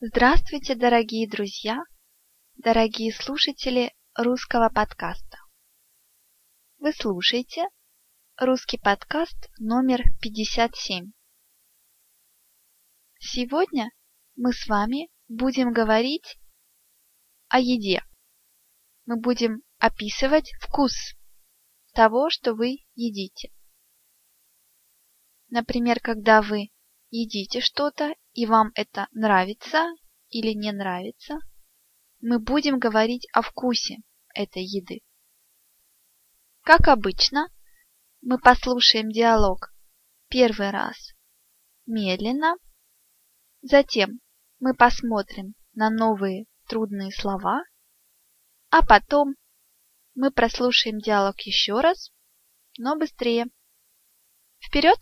Здравствуйте, дорогие друзья, дорогие слушатели русского подкаста. Вы слушаете русский подкаст номер 57. Сегодня мы с вами будем говорить о еде. Мы будем описывать вкус того, что вы едите. Например, когда вы едите что-то, и вам это нравится или не нравится, мы будем говорить о вкусе этой еды. Как обычно, мы послушаем диалог первый раз медленно, затем мы посмотрим на новые трудные слова, а потом мы прослушаем диалог еще раз, но быстрее. Вперед!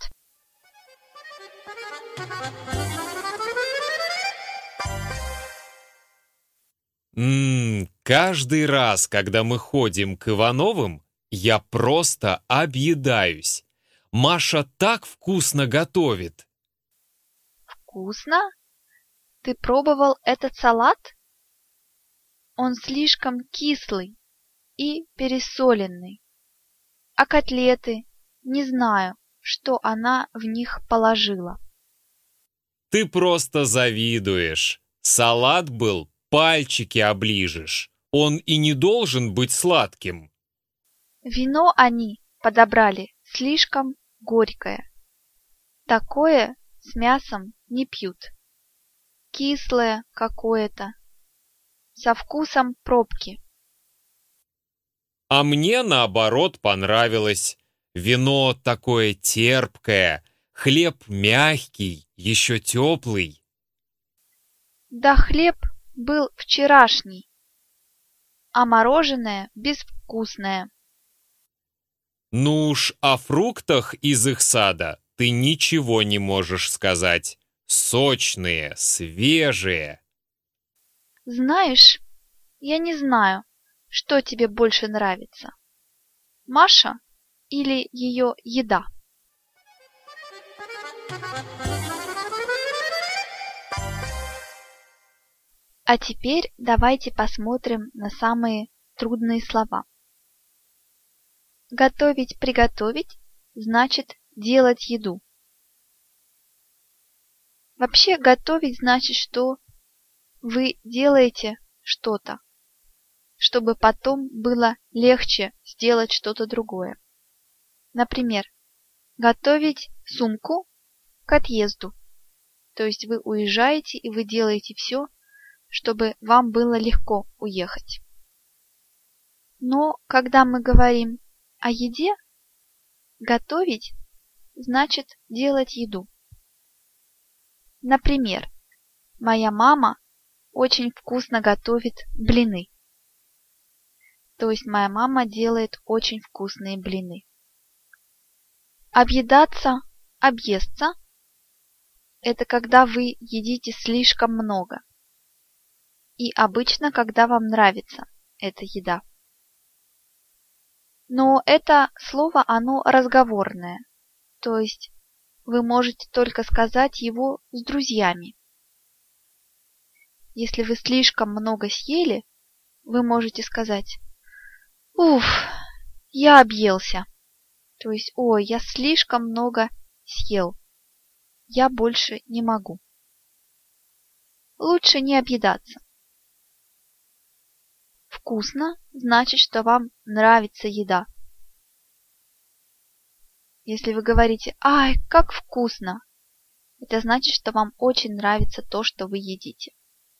Каждый раз, когда мы ходим к Ивановым, я просто объедаюсь. Маша так вкусно готовит. Вкусно? Ты пробовал этот салат? Он слишком кислый и пересоленный. А котлеты? Не знаю, что она в них положила. Ты просто завидуешь. Салат был, пальчики оближешь. Он и не должен быть сладким. Вино они подобрали слишком горькое. Такое с мясом не пьют. Кислое какое-то, со вкусом пробки. А мне, наоборот, понравилось. Вино такое терпкое, хлеб мягкий, еще теплый. Да хлеб был вчерашний, а мороженое безвкусное. Ну уж о фруктах из их сада ты ничего не можешь сказать. Сочные, свежие. Знаешь, я не знаю, что тебе больше нравится. Маша или ее еда? А теперь давайте посмотрим на самые трудные слова. Готовить-приготовить значит делать еду. Вообще готовить значит, что вы делаете что-то, чтобы потом было легче сделать что-то другое. Например, готовить сумку к отъезду. То есть вы уезжаете и вы делаете все, чтобы вам было легко уехать. Но когда мы говорим о еде, готовить значит делать еду. Например, моя мама очень вкусно готовит блины. То есть моя мама делает очень вкусные блины. Объедаться, объесться – это когда вы едите слишком много. И обычно, когда вам нравится эта еда. Но это слово, оно разговорное. То есть вы можете только сказать его с друзьями. Если вы слишком много съели, вы можете сказать: «Уф, я объелся». То есть: «Ой, я слишком много съел. Я больше не могу». Лучше не объедаться. Вкусно значит, что вам нравится еда. Если вы говорите: «Ай, как вкусно!», это значит, что вам очень нравится то, что вы едите.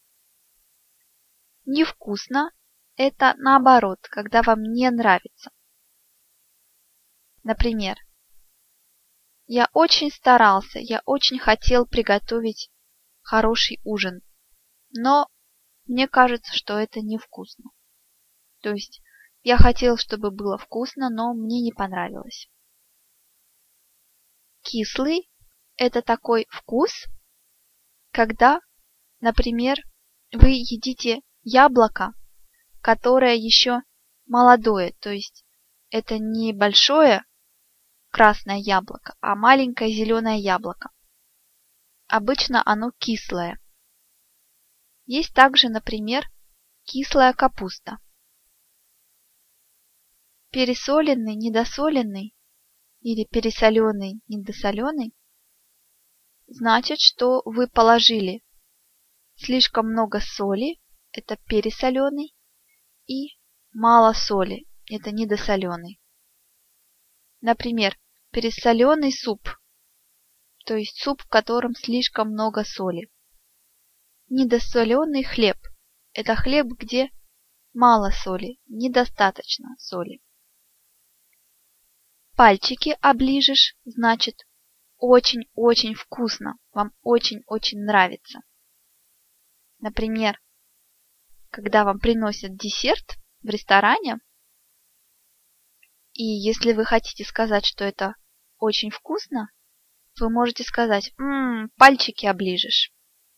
Невкусно – это наоборот, когда вам не нравится. Например, я очень старался, я очень хотел приготовить хороший ужин, но мне кажется, что это невкусно. То есть я хотел, чтобы было вкусно, но мне не понравилось. Кислый – это такой вкус, когда, например, вы едите яблоко, которое еще молодое, то есть это не большое красное яблоко, а маленькое зеленое яблоко. Обычно оно кислое. Есть также, например, кислая капуста. Пересоленный, недосоленный или пересоленный, недосоленый значит, что вы положили слишком много соли, это пересоленый, и мало соли, это недосоленый. Например, пересоленый суп, то есть суп, в котором слишком много соли. Недосоленый хлеб, это хлеб, где мало соли, недостаточно соли. Пальчики оближешь, значит очень-очень вкусно, вам очень-очень нравится. Например, когда вам приносят десерт в ресторане, и если вы хотите сказать, что это очень вкусно, вы можете сказать пальчики оближешь.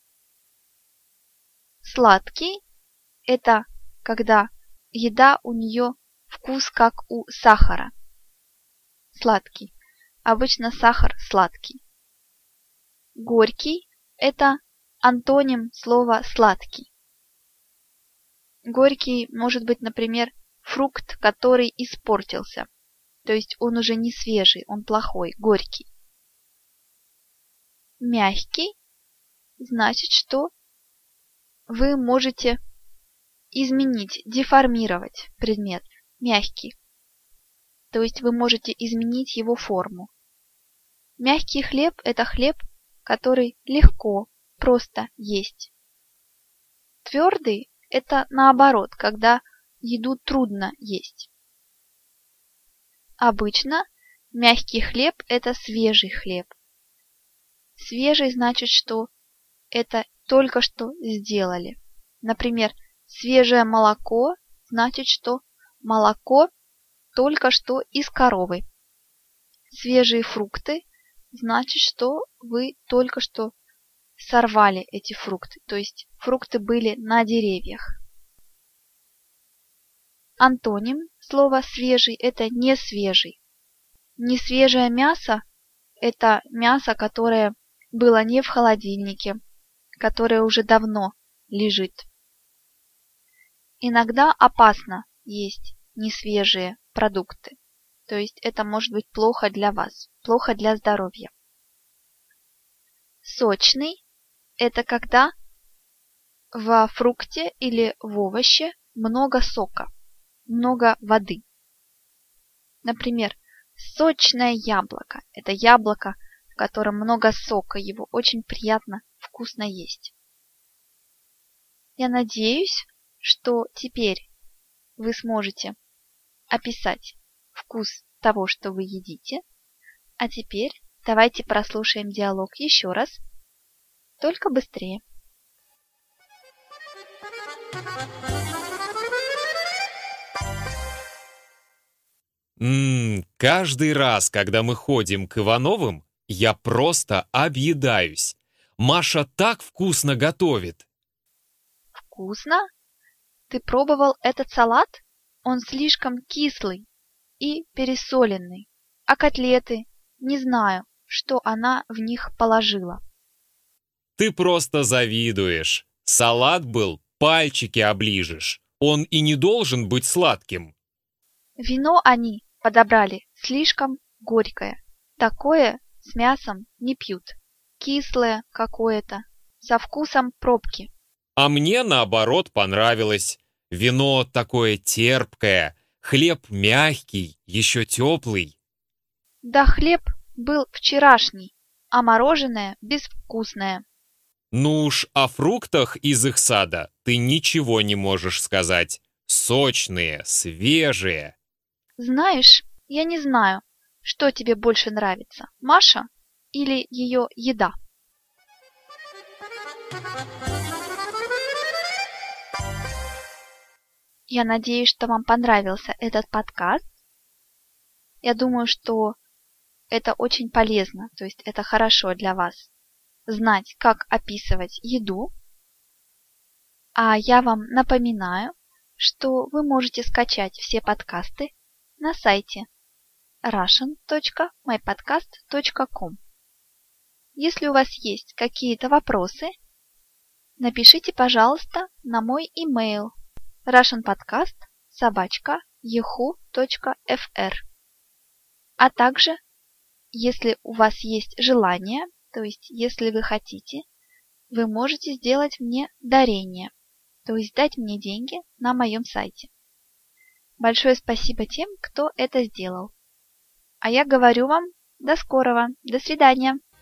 Сладкий – это когда еда у нее вкус как у сахара. Сладкий. Обычно сахар сладкий. Горький – это антоним слова сладкий. Горький может быть, например, фрукт, который испортился. То есть он уже не свежий, он плохой, горький. Мягкий значит, что вы можете изменить, деформировать предмет. Мягкий. То есть вы можете изменить его форму. Мягкий хлеб – это хлеб, который легко, просто есть. Твердый – это наоборот, когда еду трудно есть. Обычно мягкий хлеб – это свежий хлеб. Свежий значит, что это только что сделали. Например, свежее молоко значит, что молоко только что из коровы. Свежие фрукты значит, что вы только что сорвали эти фрукты, то есть фрукты были на деревьях. Антоним слова свежий – это не свежий. Несвежее мясо – это мясо, которое было не в холодильнике, которое уже давно лежит. Иногда опасно есть несвежие продукты, то есть это может быть плохо для вас, плохо для здоровья. Сочный – это когда во фрукте или в овоще много сока, много воды. Например, сочное яблоко – это яблоко, в котором много сока, его очень приятно, вкусно есть. Я надеюсь, что теперь вы сможете описать вкус того, что вы едите. А теперь давайте прослушаем диалог еще раз, только быстрее. Каждый раз, когда мы ходим к Ивановым, я просто объедаюсь. Маша так вкусно готовит. Вкусно? Ты пробовал этот салат? Он слишком кислый и пересоленный. А котлеты? Не знаю, что она в них положила. Ты просто завидуешь. Салат был, пальчики оближешь. Он и не должен быть сладким. Вино они подобрали слишком горькое. Такое с мясом не пьют. Кислое какое-то, со вкусом пробки. А мне, наоборот, понравилось. Вино такое терпкое, хлеб мягкий, еще теплый. Да хлеб был вчерашний, а мороженое безвкусное. Ну уж о фруктах из их сада ты ничего не можешь сказать. Сочные, свежие. Знаешь, я не знаю, что тебе больше нравится, Маша или ее еда. Я надеюсь, что вам понравился этот подкаст. Я думаю, что это очень полезно, то есть это хорошо для вас знать, как описывать еду. А я вам напоминаю, что вы можете скачать все подкасты на сайте russian.mypodcast.com. Если у вас есть какие-то вопросы, напишите, пожалуйста, на мой email russianpodcast@yahoo.fr. А также, если у вас есть желание, то есть если вы хотите, вы можете сделать мне дарение, то есть дать мне деньги на моем сайте. Большое спасибо тем, кто это сделал. А я говорю вам до скорого. До свидания.